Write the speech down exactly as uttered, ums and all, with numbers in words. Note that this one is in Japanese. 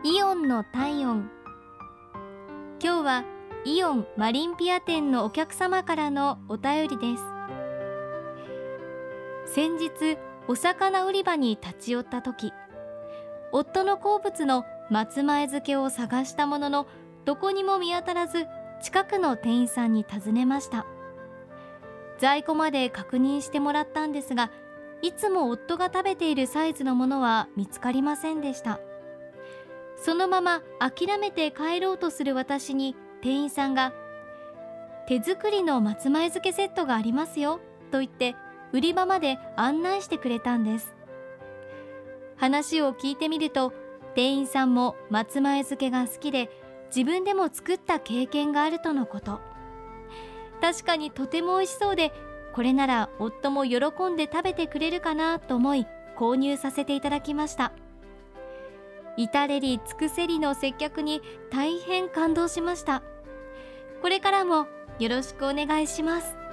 イオンの体温。今日はイオンマリンピア店のお客様からのお便りです。先日お魚売り場に立ち寄った時、夫の好物の松前漬けを探したもののどこにも見当たらず、近くの店員さんに尋ねました。在庫まで確認してもらったんですが、いつも夫が食べているサイズのものは見つかりませんでした。そのまま諦めて帰ろうとする私に店員さんが、手作りの松前漬けセットがありますよと言って売り場まで案内してくれたんです。話を聞いてみると、店員さんも松前漬けが好きで自分でも作った経験があるとのこと。確かにとても美味しそうで、これなら夫も喜んで食べてくれるかなと思い購入させていただきました。至れり尽くせりの接客に大変感動しました。これからもよろしくお願いします。